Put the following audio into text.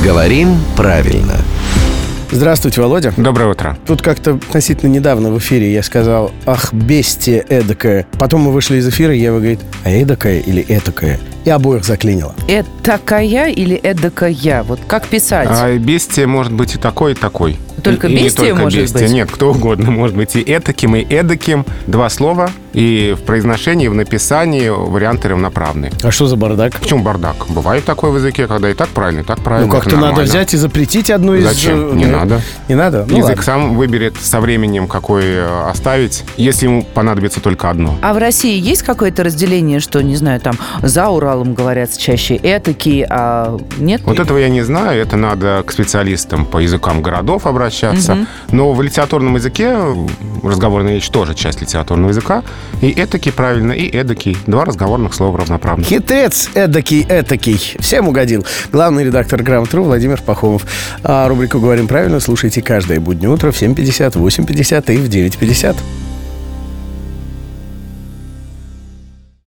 Говорим правильно. Здравствуйте, Володя. Доброе утро. Тут как-то относительно недавно в эфире я сказал: ах, бестия эдакая. Потом мы вышли из эфира, и Ева говорит: а эдакая или этакая? И обоих заклинило. Этакая или эдакая? Вот как писать? Бестия может быть и такой, и такой. Только и бестия не только может бестия. быть? Нет, кто угодно может быть и этаким, и эдаким. Два слова, и в произношении, и в написании варианты равноправные. А что за бардак? Почему бардак? Бывает такое в языке, когда и так правильно, и так правильно. Ну, как-то это надо нормально. взять и запретить одну из... Зачем? Не надо. Не надо? Ну, Язык ладно. сам выберет со временем, какой оставить, если ему понадобится только одно. А в России есть какое-то разделение, что, не знаю, там за Уралом говорят чаще этакие, а нет? Вот этого я не знаю, это надо к специалистам по языкам городов обращаться. Но в литературном языке разговорная речь тоже часть литературного языка. И этакий правильно, и эдакий. Два разговорных слова равноправных. Хитрец эдакий. Всем угодил. Главный редактор «Грамотру» Владимир Пахомов. А рубрику «Говорим правильно» слушайте каждое буднее утро в 7:50, 8:50 и в 9:50.